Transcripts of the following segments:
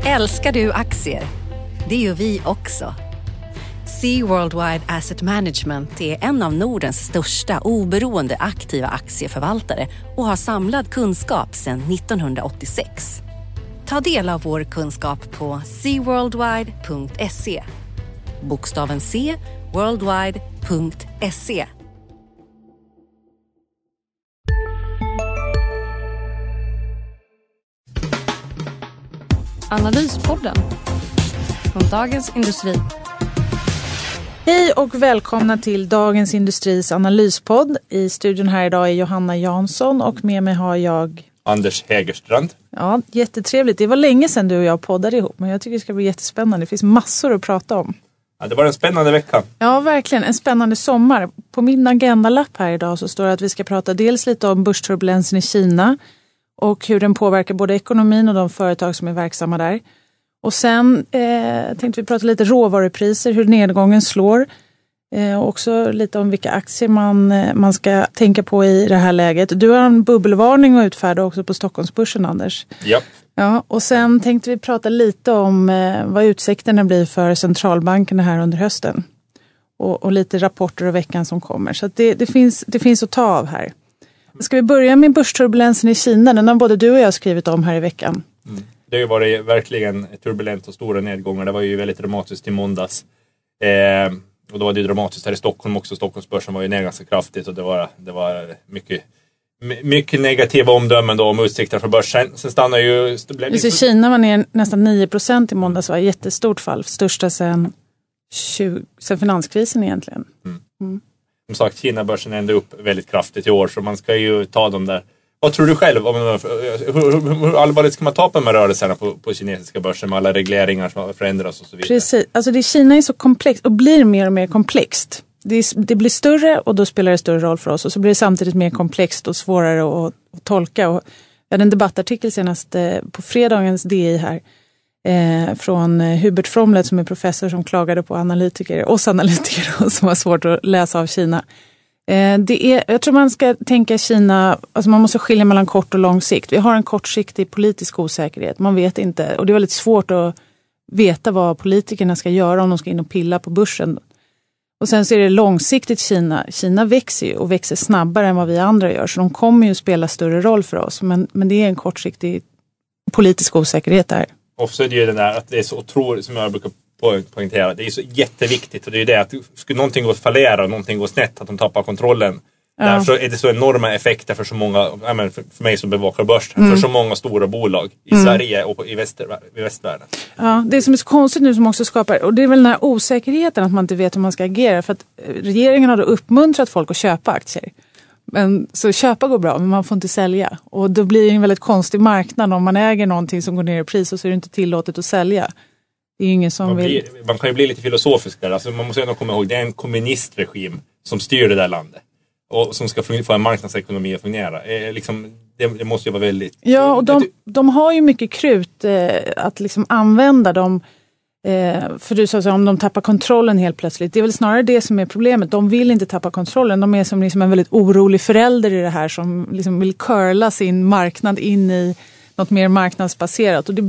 Älskar du aktier? Det gör vi också. Sea Worldwide Asset Management är en av Nordens största oberoende aktiva aktieförvaltare och har samlad kunskap sedan 1986. Ta del av vår kunskap på seaworldwide.se. Bokstaven C, worldwide.se. Analyspodden från Dagens Industri. Hej och välkomna till Dagens Industris analyspodd. I studion här idag är Johanna Jansson och med mig har jag Anders Hägerstrand. Ja, jättetrevligt. Det var länge sedan du och jag poddade ihop, men jag tycker det ska bli jättespännande. Det finns massor att prata om. Ja, det var en spännande vecka. Ja, verkligen. En spännande sommar. På min agendalapp här idag så står det att vi ska prata dels lite om börsturbulensen i Kina och hur den påverkar både ekonomin och de företag som är verksamma där. Och sen tänkte vi prata lite råvarupriser, hur nedgången slår. Och också lite om vilka aktier man ska tänka på i det här läget. Du har en bubbelvarning att utfärda också på Stockholmsbörsen, Anders. Ja. Ja, och sen tänkte vi prata lite om vad utsikterna blir för centralbankerna här under hösten. Och lite rapporter och veckan som kommer. Så att det finns att ta av här. Ska vi börja med börsturbulensen i Kina? Den har både du och jag skrivit om här i veckan. Mm. Det har ju varit verkligen turbulent och stora nedgångar. Det var ju väldigt dramatiskt i måndags. Och då var det ju dramatiskt här i Stockholm också. Stockholmsbörsen var ju ner ganska kraftigt och det var mycket negativa omdömen då om utsikterna för börsen. Sen stannar ju... Just i Kina var ner nästan 9% i måndags. Det var ett jättestort fall. Största sen finanskrisen egentligen. Som sagt, Kina-börsen är ändå upp väldigt kraftigt i år, så man ska ju ta dem där. Vad tror du själv? Hur allvarligt ska man ta på de här rörelserna på kinesiska börsen med alla regleringar som förändras och så vidare? Precis. Alltså Kina är så komplext och blir mer och mer komplext. Det blir större och då spelar det större roll för oss. Och så blir det samtidigt mer komplext och svårare att tolka. Och jag hade en debattartikel senast på fredagens DI här. Från Hubert Fromlet som är professor som klagade på oss analytiker som har svårt att läsa av Kina. Jag tror man ska tänka Kina, alltså man måste skilja mellan kort och lång sikt. Vi har en kortsiktig politisk osäkerhet, man vet inte, och det är väldigt svårt att veta vad politikerna ska göra om de ska in och pilla på börsen. Och sen så är det långsiktigt Kina växer ju och växer snabbare än vad vi andra gör, så de kommer ju spela större roll för oss, men det är en kortsiktig politisk osäkerhet där. Och så är det ju den där att det är så otroligt, som jag brukar poängtera, det är så jätteviktigt, och det är ju det att skulle någonting gå att fallera och någonting gå snett, att de tappar kontrollen. Ja. Därför är det så enorma effekter för så många, för mig som bevakar börsen, för så många stora bolag i Sverige och i västvärlden. Ja, det som är så konstigt nu som också skapar, och det är väl den här osäkerheten att man inte vet hur man ska agera, för att regeringen har då uppmuntrat folk att köpa aktier. Men så köpa går bra, men man får inte sälja. Och då blir det en väldigt konstig marknad om man äger någonting som går ner i pris och så är det inte tillåtet att sälja. Det är ju ingen som man kan ju bli lite filosofisk där. Alltså man måste ändå komma ihåg, det är en kommunistregim som styr det där landet. Och som ska få en marknadsekonomi att fungera. Det måste ju vara väldigt... Ja, och de har ju mycket krut att liksom använda dem. För du sa så, om de tappar kontrollen helt plötsligt. Det är väl snarare det som är problemet. De vill inte tappa kontrollen. De är som liksom en väldigt orolig förälder i det här som liksom vill curla sin marknad in i något mer marknadsbaserat. Och det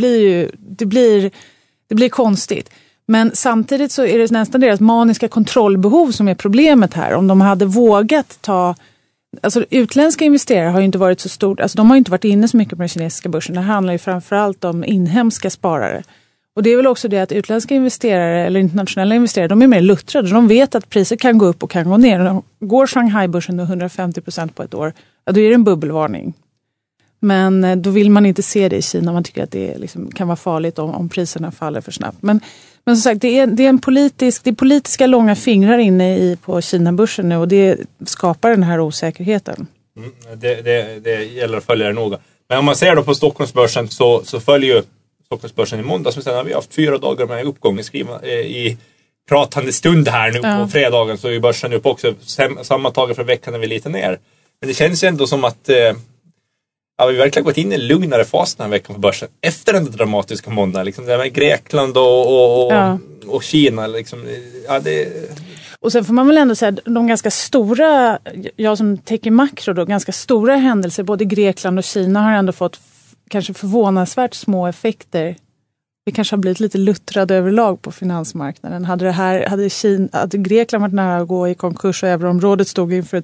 blir konstigt. Men samtidigt så är det nästan deras maniska kontrollbehov som är problemet här. Om de hade vågat ta... Alltså utländska investerare har ju inte varit så stort. Alltså de har ju inte varit inne så mycket på den kinesiska börsen. Det handlar ju framförallt om inhemska sparare. Och det är väl också det att utländska investerare eller internationella investerare, de är mer luttrade. De vet att priser kan gå upp och kan gå ner. Går Shanghai-börsen 150% på ett år, ja, då är det en bubbelvarning. Men då vill man inte se det i Kina. Man tycker att det liksom kan vara farligt om priserna faller för snabbt. Men som sagt, det är politiska långa fingrar inne på Kina-börsen nu och det skapar den här osäkerheten. Det gäller att följa det noga. Men om man ser då på Stockholmsbörsen så följer ju Stockholmsbörsen i måndag. Sen har vi haft 4 dagar med uppgång i pratande stund här nu på fredagen, så är börsen upp också. Sammantaget för veckan är vi lite ner. Men det känns ju ändå som att vi verkligen gått in i en lugnare fas den här veckan på börsen. Efter den dramatiska måndagen. Liksom, det med Grekland och Kina. Liksom, Och sen får man väl ändå säga de ganska stora, jag som täcker makro då, ganska stora händelser, både Grekland och Kina har ändå fått kanske förvånansvärt små effekter vi kanske har blivit lite luttrade överlag på finansmarknaden. Hade Grekland varit nära att gå i konkurs och euroområdet stod inför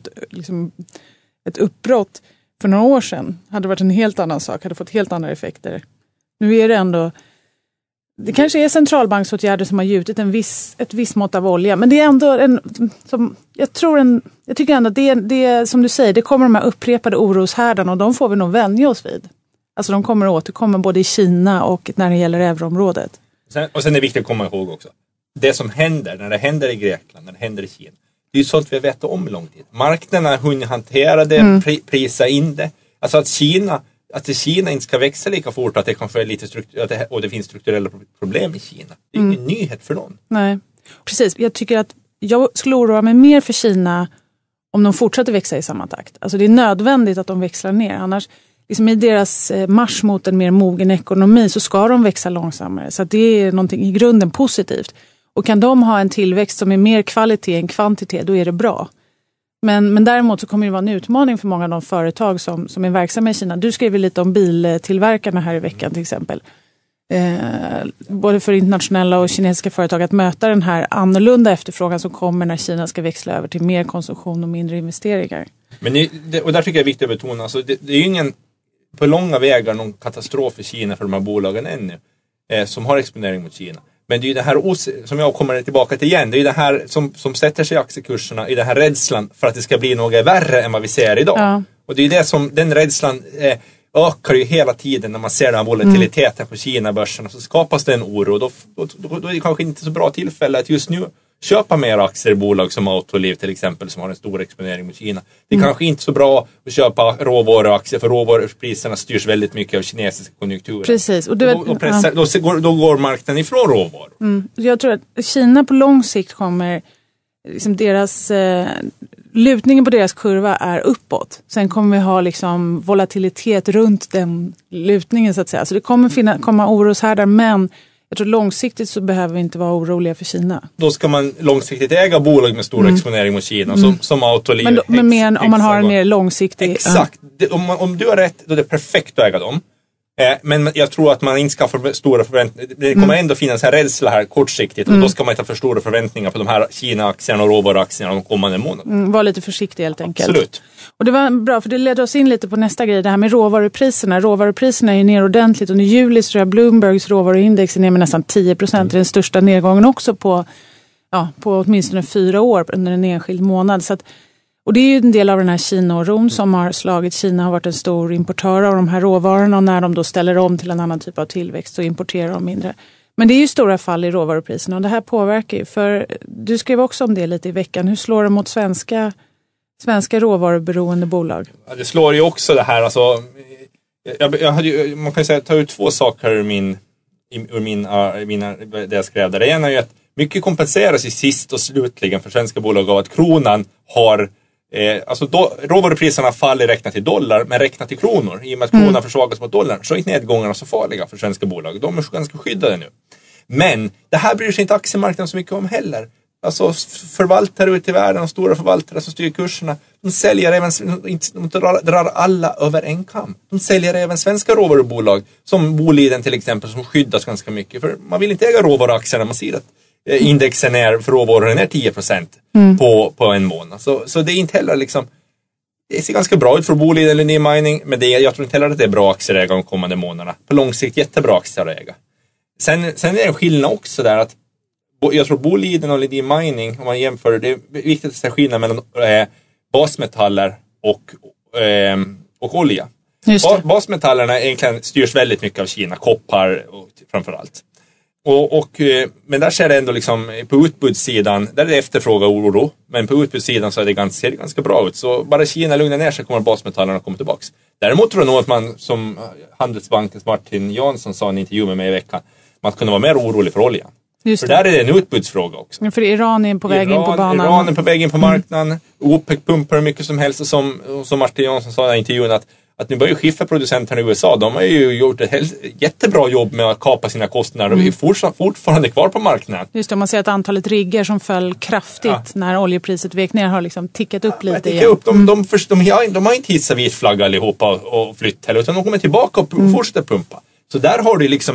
ett uppbrott för några år sedan, hade det varit en helt annan sak, hade fått helt andra effekter. Nu är det ändå, det kanske är centralbanksåtgärder som har gjutit ett visst mått av olja, men det är ändå jag tycker ändå att det som du säger, det kommer de här upprepade oroshärdarna och de får vi nog vänja oss vid. Alltså de kommer återkomma både i Kina och när det gäller euroområdet. Och sen är det viktigt att komma ihåg också, det som händer, när det händer i Grekland, när det händer i Kina, det är ju sånt vi har vetat om lång tid. Marknaderna har hunnit hantera det, prisa in det. Alltså att Kina inte ska växa lika fort, att det kanske är lite och det finns strukturella problem i Kina. Det är ingen nyhet för någon. Nej, precis. Jag tycker att jag skulle oroa mig mer för Kina om de fortsätter växa i samma takt. Alltså det är nödvändigt att de växlar ner. Annars, liksom i deras marsch mot en mer mogen ekonomi så ska de växa långsammare. Så att det är någonting i grunden positivt. Och kan de ha en tillväxt som är mer kvalitet än kvantitet, då är det bra. Men däremot så kommer det vara en utmaning för många av de företag som är verksamma i Kina. Du skrev lite om biltillverkarna här i veckan till exempel. Både för internationella och kinesiska företag att möta den här annorlunda efterfrågan som kommer när Kina ska växla över till mer konsumtion och mindre investeringar. Och där tycker jag är viktigt att betona. Alltså det är ju ingen på långa vägar någon katastrof för Kina för de här bolagen ännu som har exponering mot Kina. Men det är ju det här som jag kommer tillbaka till igen. Det är ju det här som sätter sig i aktiekurserna, i den här rädslan för att det ska bli något värre än vad vi ser idag. Ja. Och det är ju det som, den rädslan ökar ju hela tiden när man ser den här volatiliteten på Kina-börsen. Och så skapas det en oro. Då är det kanske inte så bra tillfälle att just nu köpa mer aktier i bolag som Autoliv till exempel, som har en stor exponering mot Kina. Det är kanske inte så bra att köpa råvaruaktier, för råvarupriserna styrs väldigt mycket av kinesiska konjunkturer. Precis. Och då går marknaden ifrån råvaror. Jag tror att Kina på lång sikt kommer, liksom deras lutningen på deras kurva är uppåt. Sen kommer vi ha liksom volatilitet runt den lutningen så att säga. Så det kommer komma oroshärdar, men jag tror långsiktigt så behöver vi inte vara oroliga för Kina. Då ska man långsiktigt äga bolag med stor exponering mot Kina som Autoliv. Men mer om man har en mer långsiktig... Exakt. Om du har rätt, då är det perfekt att äga dem. Men jag tror att man inte ska få stora förväntningar. Det kommer ändå finnas en rädsla här kortsiktigt. Och då ska man inte ha för stora förväntningar på de här Kina-aktierna och råvaruaktierna de kommande månaderna. Var lite försiktig helt enkelt. Absolut. Och det var bra, för det ledde oss in lite på nästa grej. Det här med råvarupriserna. Råvarupriserna är ju ner ordentligt. Under juli så tror jag Bloombergs råvaruindex är ner med nästan 10%. Det är den största nedgången också på åtminstone 4 år under en enskild månad. Så att, och det är ju en del av den här Kina-oron som har slagit. Kina har varit en stor importör av de här råvarorna, och när de då ställer om till en annan typ av tillväxt så importerar de mindre. Men det är ju stora fall i råvarupriserna, och det här påverkar ju. För du skrev också om det lite i veckan. Hur slår det mot svenska råvaruberoende bolag? Ja, det slår ju också det här. Alltså, man kan säga ta ut 2 saker ur det jag skrev där. Det ena är ju att mycket kompenseras i sist och slutligen för svenska bolag av att kronan har råvarupriserna faller räknat i dollar, men räknat i kronor. I och med att kronan försvagas mot dollarn så är inte nedgångarna så farliga för svenska bolag. De är ganska skyddade nu. Men det här bryr sig inte aktiemarknaden så mycket om heller. Alltså förvaltare ute i världen och stora förvaltare som styr kurserna, de säljer även, de drar alla över en kam. De säljer även svenska råvarubolag som Boliden till exempel, som skyddas ganska mycket. För man vill inte äga råvaruaktier när man ser att indexen är för råvaror är 10% på en månad. Så det är inte heller liksom, det ser ganska bra ut för Boliden eller Lundin Mining, men jag tror inte heller att det är bra aktieäga de kommande månaderna. På lång sikt jättebra aktieäga. Sen är det en skillnad också där att jag tror Boliden och Lundin Mining, om man jämför, det är viktigt att se skillnad mellan basmetaller och olja. Basmetallerna egentligen styrs väldigt mycket av Kina, koppar och framförallt. Men där ser det ändå liksom på utbudssidan, där är det efterfråga och oro, men på utbudssidan så ser det ganska bra ut. Så bara Kina lugnar ner sig kommer basmetallerna komma tillbaka. Däremot tror jag nog att man, som Handelsbankens Martin Jansson sa i en intervju med mig i veckan, man kunde vara mer orolig för oljan. För där är det en utbudsfråga också. Ja, för Iran är på väg in på banan. Iran är på väg in på marknaden. OPEC pumpar mycket som helst. Och som Martin Jansson sa i intervjun att nu börjar skifferproducenterna i USA. De har ju gjort ett jättebra jobb med att kapa sina kostnader. De är fortfarande kvar på marknaden. Just det, man ser att antalet rigger som föll kraftigt när oljepriset vek ner har liksom tickat upp lite igen. De har inte hissat vit flagga allihopa och flytt heller. Utan de kommer tillbaka och fortsätter pumpa. Så där har du liksom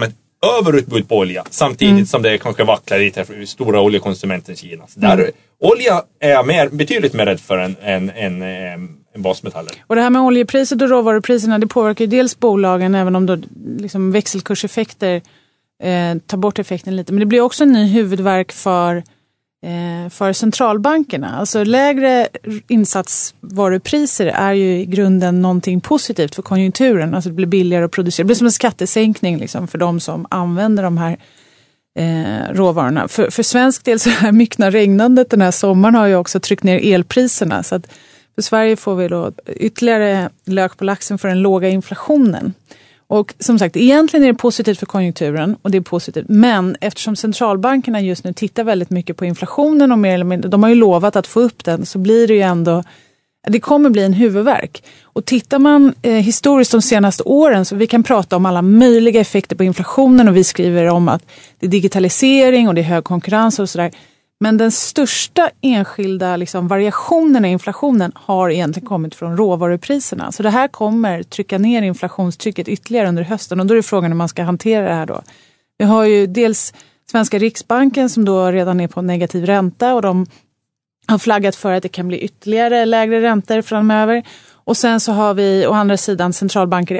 överutbud på olja samtidigt som det kanske vacklar lite för stora oljekonsumenten Kina. Så där, olja är jag betydligt mer rädd för än basmetaller. Och det här med oljepriset och råvarupriserna, det påverkar ju dels bolagen, även om då liksom växelkurseffekter tar bort effekten lite. Men det blir också en ny huvudvärk för centralbankerna. Alltså lägre insatsvarupriser är ju i grunden någonting positivt för konjunkturen. Alltså det blir billigare att producera. Det blir som en skattesänkning liksom för de som använder de här råvarorna. För svensk del så är myckna regnandet den här sommaren har ju också tryckt ner elpriserna. Så att för Sverige får vi då ytterligare lök på laxen för den låga inflationen. Och som sagt, egentligen är det positivt för konjunkturen och det är positivt. Men eftersom centralbankerna just nu tittar väldigt mycket på inflationen och mer eller mindre, de har ju lovat att få upp den, så blir det ju ändå, det kommer bli en huvudvärk. Och tittar man historiskt de senaste åren, så vi kan prata om alla möjliga effekter på inflationen och vi skriver om att det är digitalisering och det är hög konkurrens och sådär. Men den största enskilda liksom, variationen i inflationen har egentligen kommit från råvarupriserna. Så det här kommer trycka ner inflationstrycket ytterligare under hösten. Och då är frågan hur man ska hantera det här då. Vi har ju dels Svenska Riksbanken som då redan är på negativ ränta. Och de har flaggat för att det kan bli ytterligare lägre räntor framöver. Och sen så har vi å andra sidan centralbanker.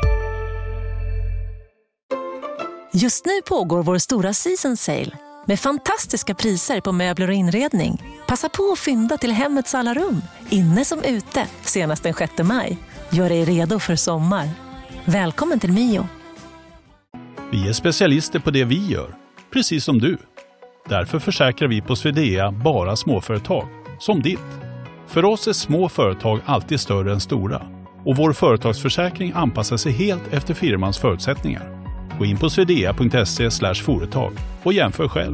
Just nu pågår vår stora season sale. Med fantastiska priser på möbler och inredning. Passa på att fynda till hemmets alla rum. Inne som ute, senast den 6 maj. Gör dig redo för sommar. Välkommen till Mio. Vi är specialister på det vi gör, precis som du. Därför försäkrar vi på Swedea bara småföretag, som ditt. För oss är små företag alltid större än stora. Och vår företagsförsäkring anpassar sig helt efter firmans förutsättningar. Gå in på swedea.se/företag och jämför själv.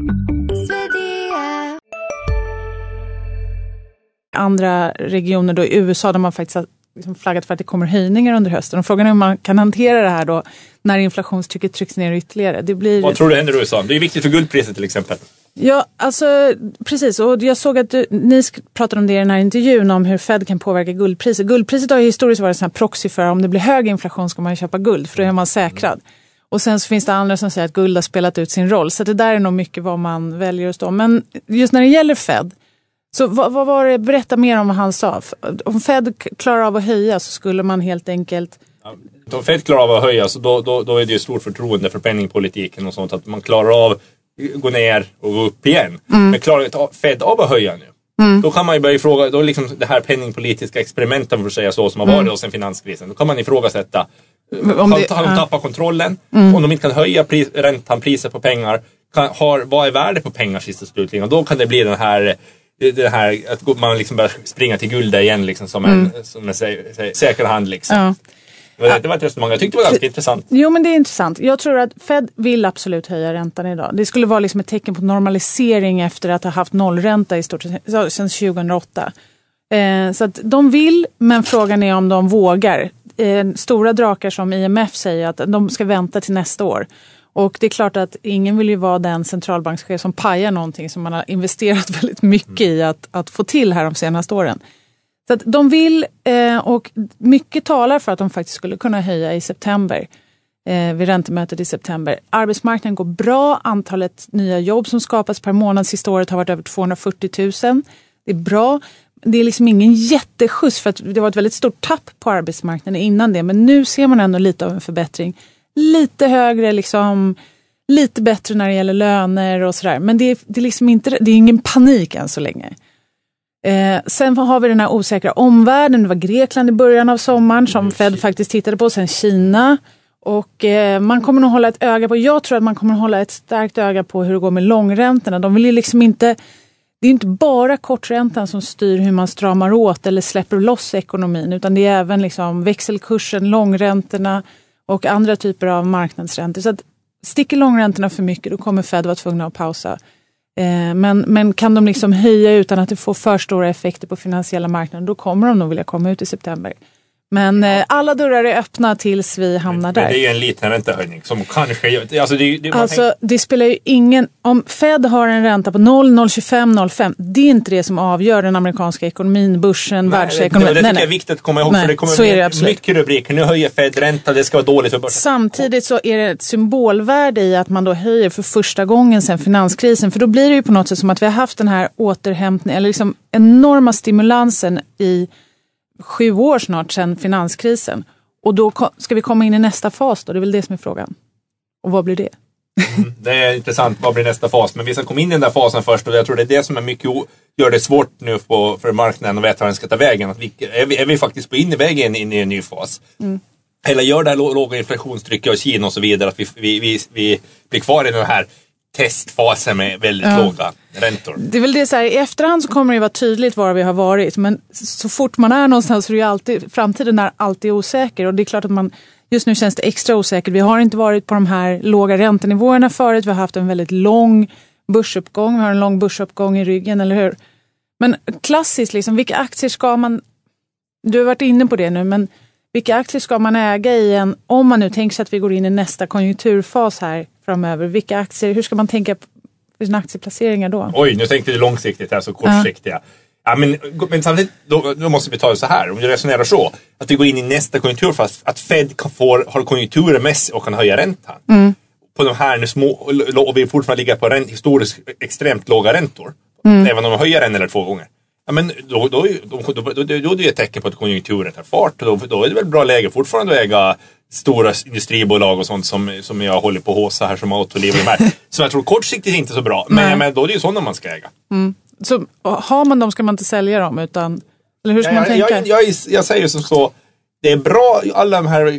Andra regioner då i USA där man faktiskt har liksom flaggat för att det kommer höjningar under hösten. Och frågan är hur man kan hantera det här då när inflationstrycket trycks ner ytterligare. Det blir... Vad tror du händer i USA? Det är viktigt för guldpriset till exempel. Ja, alltså precis. Och jag såg att ni pratade om det i den här intervjun om hur Fed kan påverka guldpriset. Guldpriset har ju historiskt varit en sån här proxy för om det blir hög inflation ska man köpa guld för då är man säkrad. Och sen så finns det andra som säger att guld har spelat ut sin roll. Så det där är nog mycket vad man väljer att stå. Men just när det gäller Fed, så vad var det? Berätta mer om vad han sa. Om Fed klarar av att höja så skulle man helt enkelt... Om Fed klarar av att höja så då är det ju stort förtroende för penningpolitiken och sånt. Att man klarar av att gå ner och gå upp igen. Men klarar Fed av att höja nu? Då kan man ju börja ifråga, då liksom det här penningpolitiska experimenten för att säga så som har varit sen finanskrisen. Då kan man ifrågasätta om de tappar kontrollen, om de inte kan höja räntan, priset på pengar, vad är värdet på pengar sist och slutligen? Och då kan det bli det här att man liksom börjar springa till guld igen liksom, som en säker hand liksom. Ja. Det var ett resonemang jag tyckte var ganska intressant. Jo, men det är intressant. Jag tror att Fed vill absolut höja räntan idag. Det skulle vara liksom ett tecken på normalisering efter att ha haft nollränta i stort sett sedan 2008. Så att de vill, men frågan är om de vågar. Stora drakar som IMF säger att de ska vänta till nästa år. Och det är klart att ingen vill ju vara den centralbankschef som pajar någonting som man har investerat väldigt mycket i att få till här de senaste åren. Så att de vill, och mycket talar för att de faktiskt skulle kunna höja i september, vid räntemötet i september. Arbetsmarknaden går bra, antalet nya jobb som skapas per månad sista året har varit över 240 000. Det är bra. Det är liksom ingen jätteskjuts för att det var ett väldigt stort tapp på arbetsmarknaden innan det. Men nu ser man ändå lite av en förbättring. Lite högre, liksom, lite bättre när det gäller löner och sådär. Men det är liksom inte, det är ingen panik än så länge. Sen har vi den här osäkra omvärlden. Det var Grekland i början av sommaren som Fed faktiskt tittade på. Sen Kina. Och man kommer nog hålla ett öga på, jag tror att man kommer hålla ett starkt öga på hur det går med långräntorna. De vill ju liksom inte, det är inte bara korträntan som styr hur man stramar åt eller släpper loss ekonomin. Utan det är även liksom växelkursen, långräntorna och andra typer av marknadsräntor. Så att sticker långräntorna för mycket då kommer Fed vara tvungna att pausa. Men kan de liksom höja utan att det får för stora effekter på finansiella marknaden, då kommer de nog vilja komma ut i september. Men alla dörrar är öppna tills vi hamnar där. Men det är en liten räntehöjning som kanske... Det spelar ju ingen... Om Fed har en ränta på 0,025, 0,5, det är inte det som avgör den amerikanska ekonomin, börsen, världsekonomin. Det tycker jag är viktigt att komma ihåg. För det kommer bli mycket rubriker. Nu höjer Fed ränta, det ska vara dåligt för börsen. Samtidigt så är det ett symbolvärde i att man då höjer för första gången sedan finanskrisen. För då blir det ju på något sätt som att vi har haft den här återhämtningen, eller liksom enorma stimulansen i 7 år snart sedan finanskrisen. Och då ska vi komma in i nästa fas då, det är väl det som är frågan. Och vad blir det? Det är intressant, vad blir nästa fas? Men vi ska komma in i den där fasen först, och jag tror det är det som är mycket gör det svårt nu för marknaden att veta vad den ska ta vägen. Att är vi faktiskt på invägen in i en ny fas? Eller gör det här låga inflationstrycket av Kina och så vidare att vi blir kvar i den här testfasen med väldigt låga räntor. Det är väl det så här, i efterhand så kommer det vara tydligt var vi har varit, men så fort man är någonstans så är det ju alltid, framtiden är alltid osäker, och det är klart att just nu känns det extra osäkert. Vi har inte varit på de här låga räntenivåerna förut, vi har haft en väldigt lång börsuppgång, vi har en lång börsuppgång i ryggen, eller hur? Men klassiskt liksom, vilka aktier ska man, du har varit inne på det nu, men vilka aktier ska man äga i om man nu tänker sig att vi går in i nästa konjunkturfas här framöver? Vilka aktier, hur ska man tänka för sina aktieplaceringar då? Oj, nu tänkte du långsiktigt här, så kortsiktiga. Ja, men samtidigt, då måste vi ta det så här, om du resonerar så, att vi går in i nästa konjunkturfas, att Fed har konjunkturer med sig och kan höja räntan. På de här nu små, och vi fortfarande ligger på historiskt extremt låga räntor. Även om de höjer 1 eller 2 gånger. Ja, men då är det ett tecken på att konjunkturen tar fart. Då är det väl bra läge fortfarande att äga stora industribolag och sånt som jag håller på att håsa här, som Autoliv och de här. Så jag tror kortsiktigt inte så bra. Men då är det ju sådana man ska äga. Så har man dem ska man inte sälja dem, utan... Eller hur ska man tänka? Jag säger som så, det är bra, alla de här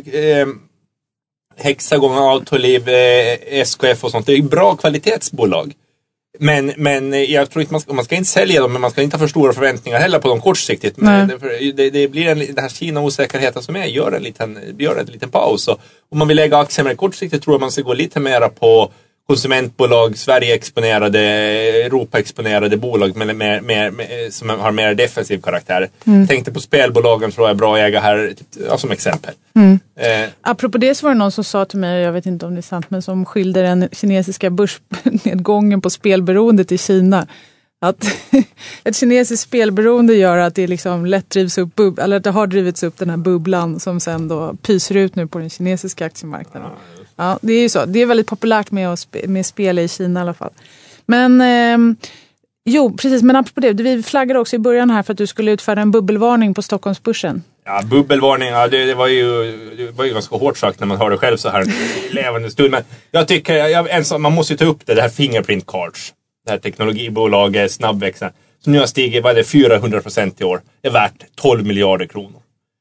Hexagon, Autoliv, SKF och sånt, det är bra kvalitetsbolag. Men jag tror inte man ska inte sälja dem, men man ska inte ha för stora förväntningar heller på dem kortsiktigt. Men det blir den här Kina-osäkerheten som gör en liten paus. Och om man vill lägga aktier med kortsiktigt, tror jag man ska gå lite mer på konsumentbolag, Sverige-exponerade, Europa-exponerade bolag som har mer defensiv karaktär. Jag tänkte på spelbolagen, tror jag är bra att äga här som exempel. Apropå det så var det någon som sa till mig, jag vet inte om det är sant, men som skilde den kinesiska börsnedgången på spelberoendet i Kina. Att ett kinesiskt spelberoende gör att det liksom lätt drivs upp, eller att det har drivits upp den här bubblan som sen då pyser ut nu på den kinesiska aktiemarknaden. Ja, det är ju så. Det är väldigt populärt med spel i Kina i alla fall. Men precis, men apropå det, vi flaggade också i början här för att du skulle utfärda en bubbelvarning på Stockholmsbörsen. Ja, bubbelvarning, det var ju ganska hårt sagt när man hör det själv så här levande stund. Men jag tycker, man måste ju ta upp det här Fingerprint Cards. Det här teknologibolaget, snabbväxande, som nu har stigit 400% i år. Det är värt 12 miljarder kronor.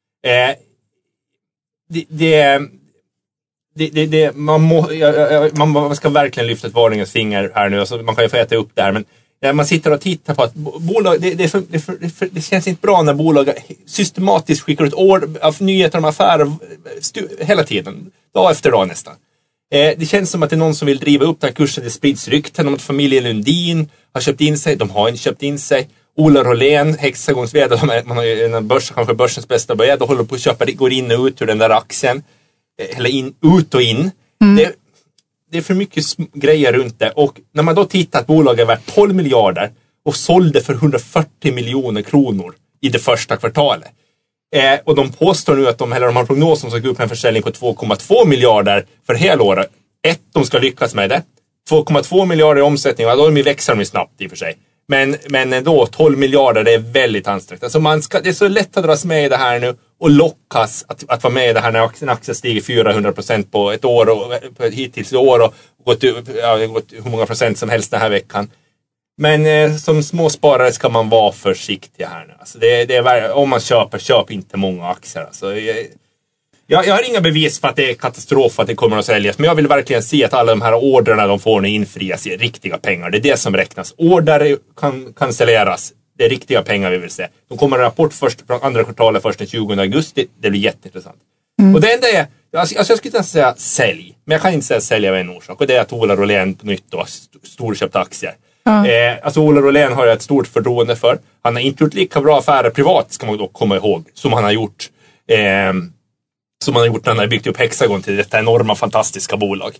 Man ska verkligen lyfta ett varningens finger här nu. Alltså, man kan ju få äta upp det här, men man sitter och tittar på att bolag, det känns inte bra när bolag systematiskt skickar ut av nyheter om affärer hela tiden, dag efter dag nästan. Det känns som att det är någon som vill driva upp den här kursen. Det sprids rykten om att familjen Lundin har köpt in sig. De har inte köpt in sig. Ola Rolén, Hexagons vd, man har ju en börs, kanske börsens bästa vd, håller på att köpa, går in och ut ur den där aktien. Eller ut och in. Det är för mycket grejer runt det. Och när man då tittar att bolaget är värt 12 miljarder och sålde för 140 miljoner kronor i det första kvartalet. Och de påstår nu att de har prognos som ska gå upp en försäljning på 2,2 miljarder för hela året. De ska lyckas med det. 2,2 miljarder i omsättning, och då växer de snabbt i och för sig. Men då 12 miljarder, det är väldigt ansträngt. Alltså det är så lätt att dras med i det här nu och lockas att vara med i det här när en aktie stiger 400% på ett år och hittills i år och gått hur många procent som helst den här veckan. Men som småsparare ska man vara försiktig här nu. Alltså om man köp inte många aktier. Alltså, jag har inga bevis för att det är katastrof att det kommer att säljas, men jag vill verkligen se att alla de här orderna de får nu infrias i riktiga pengar. Det är det som räknas. Order kan cancelleras. Det är riktiga pengar vi vill se. De kommer en rapport först från andra kvartalet först den 20 augusti. Det blir jätteintressant. Och det enda är, jag skulle inte säga sälj, men jag kan inte säga sälja av en orsak, och det är att Ola Rolén på nytt har storköpt aktier. Alltså Ola Rolén har jag ett stort förtroende för. Han har inte gjort lika bra affärer privat, ska man då komma ihåg, som han har gjort Som man har gjort när man har byggt upp Hexagon till detta enorma fantastiska bolag.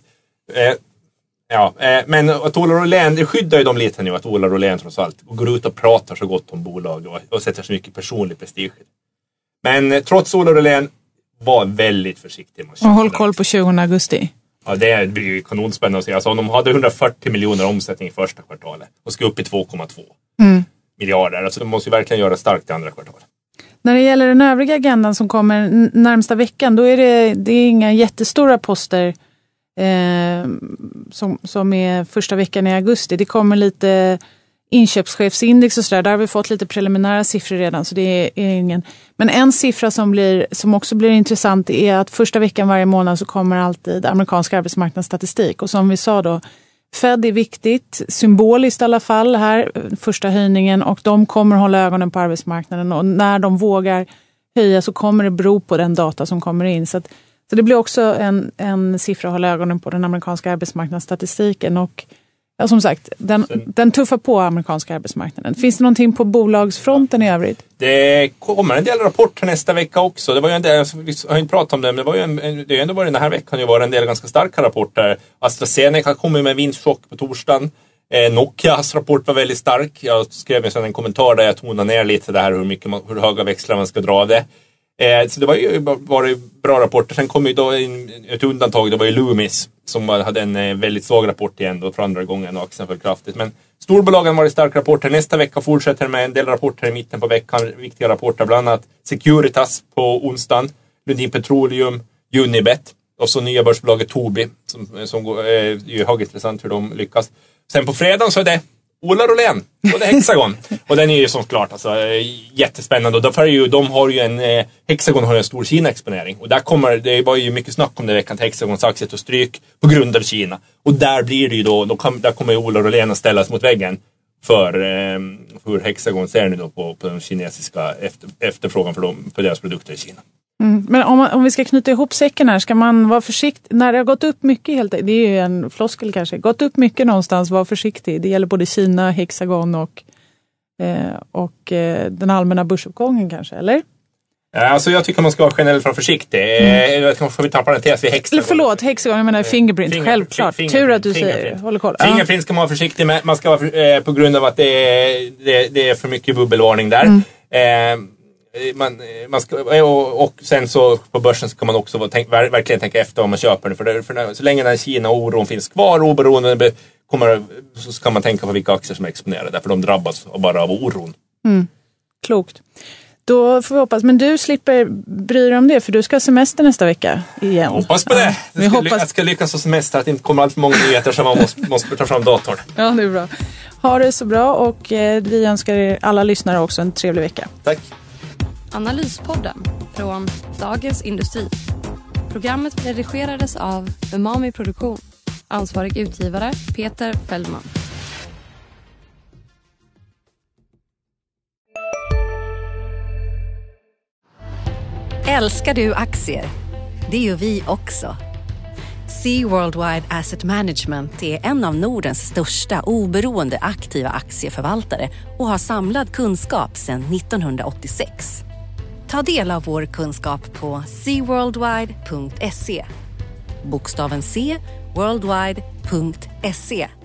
Men att Ola Rolén, det skyddar ju dem lite nu att Ola Rolén trots allt går ut och pratar så gott om bolag och sätter så mycket personlig prestige. Men trots Ola Rolén var väldigt försiktig. Och håll koll på 20 augusti. Ja, det blir ju kanonspännande att se. Alltså, de hade 140 miljoner omsättning i första kvartalet och ska upp i 2,2 miljarder. Alltså de måste ju verkligen göra starkt i andra kvartalet. När det gäller den övriga agendan som kommer närmsta veckan, då är det är inga jättestora poster som är första veckan i augusti. Det kommer lite inköpschefsindex och sådär. Där har vi fått lite preliminära siffror redan, så det är ingen. Men en siffra som också blir intressant är att första veckan varje månad så kommer alltid amerikansk arbetsmarknadsstatistik. Och som vi sa då, Fed är viktigt, symboliskt i alla fall här, första höjningen, och de kommer hålla ögonen på arbetsmarknaden, och när de vågar höja så kommer det bero på den data som kommer in. Så det blir också en siffra att hålla ögonen på, den amerikanska arbetsmarknadsstatistiken, och ja, som sagt, den tuffar på amerikanska arbetsmarknaden. Finns det någonting på bolagsfronten i övrigt? Det kommer en del rapporter nästa vecka också. Det var ju en del, vi har inte pratat om det, men det har ändå varit den här veckan ju var en del ganska starka rapporter. AstraZeneca kommer med en vinstchock på torsdagen. Nokias rapport var väldigt stark. Jag skrev en kommentar där jag tonade ner lite det här hur höga växlar man ska dra av det. Så det var ju bra rapporter. Sen kom ju då ett undantag, det var ju Loomis som hade en väldigt svag rapport igen då för andra gången och aktien föll kraftigt. Men storbolagen var det starka rapporter. Nästa vecka fortsätter med en del rapporter i mitten på veckan. Viktiga rapporter, bland annat Securitas på onsdagen, Lundin Petroleum, Unibet och så nya börsbolaget Tobii som är ju högintressant hur de lyckas. Sen på fredagen så är det Ola Rolén och det är Hexagon. Och den är ju som klart alltså, jättespännande. Och de har ju Hexagon har ju en stor Kina-exponering. Och det var ju mycket snack om det veckan till Hexagons aktie och stryk på grund av Kina. Och där blir det ju där kommer ju Ola Rolén att ställas mot väggen för hur Hexagon ser nu då på den kinesiska efterfrågan för deras produkter i Kina. Men om vi ska knyta ihop säcken här, ska man vara försiktig när det har gått upp mycket, det är ju en floskel kanske, gått upp mycket någonstans, var försiktig. Det gäller både Kina, Hexagon och den allmänna börsuppgången kanske, eller? Alltså jag tycker man ska vara generellt försiktig. Kanske vi tar en parentes vid Hexagon. Förlåt, Hexagon, jag menar Fingerprint, självklart. Tur att du säger, håller koll. Fingerprint ska man vara försiktig med, man ska vara på grund av att det är för mycket bubbelvarning där. Man ska, och sen så på börsen ska man också verkligen tänka efter om man köper det. För så länge den Kina-oron finns kvar, oberoende så ska man tänka på vilka aktier som är exponerade. För de drabbas bara av oron. Klokt. Då får vi hoppas. Men du slipper bry dig om det, för du ska ha semester nästa vecka igen. Hoppas på det. Jag ska lyckas ha semester, att det inte kommer allt för många nyheter som man måste ta fram datorn. Ja, det är bra. Ha det så bra, och vi önskar er alla lyssnare också en trevlig vecka. Tack. Analyspodden från Dagens Industri. Programmet redigerades av Umami Produktion. Ansvarig utgivare Peter Fällman. Älskar du aktier? Det gör vi också. Sea Worldwide Asset Management är en av Nordens största oberoende aktiva aktieförvaltare och har samlad kunskap sedan 1986. Ta del av vår kunskap på seaworldwide.se. Bokstaven C, worldwide.se.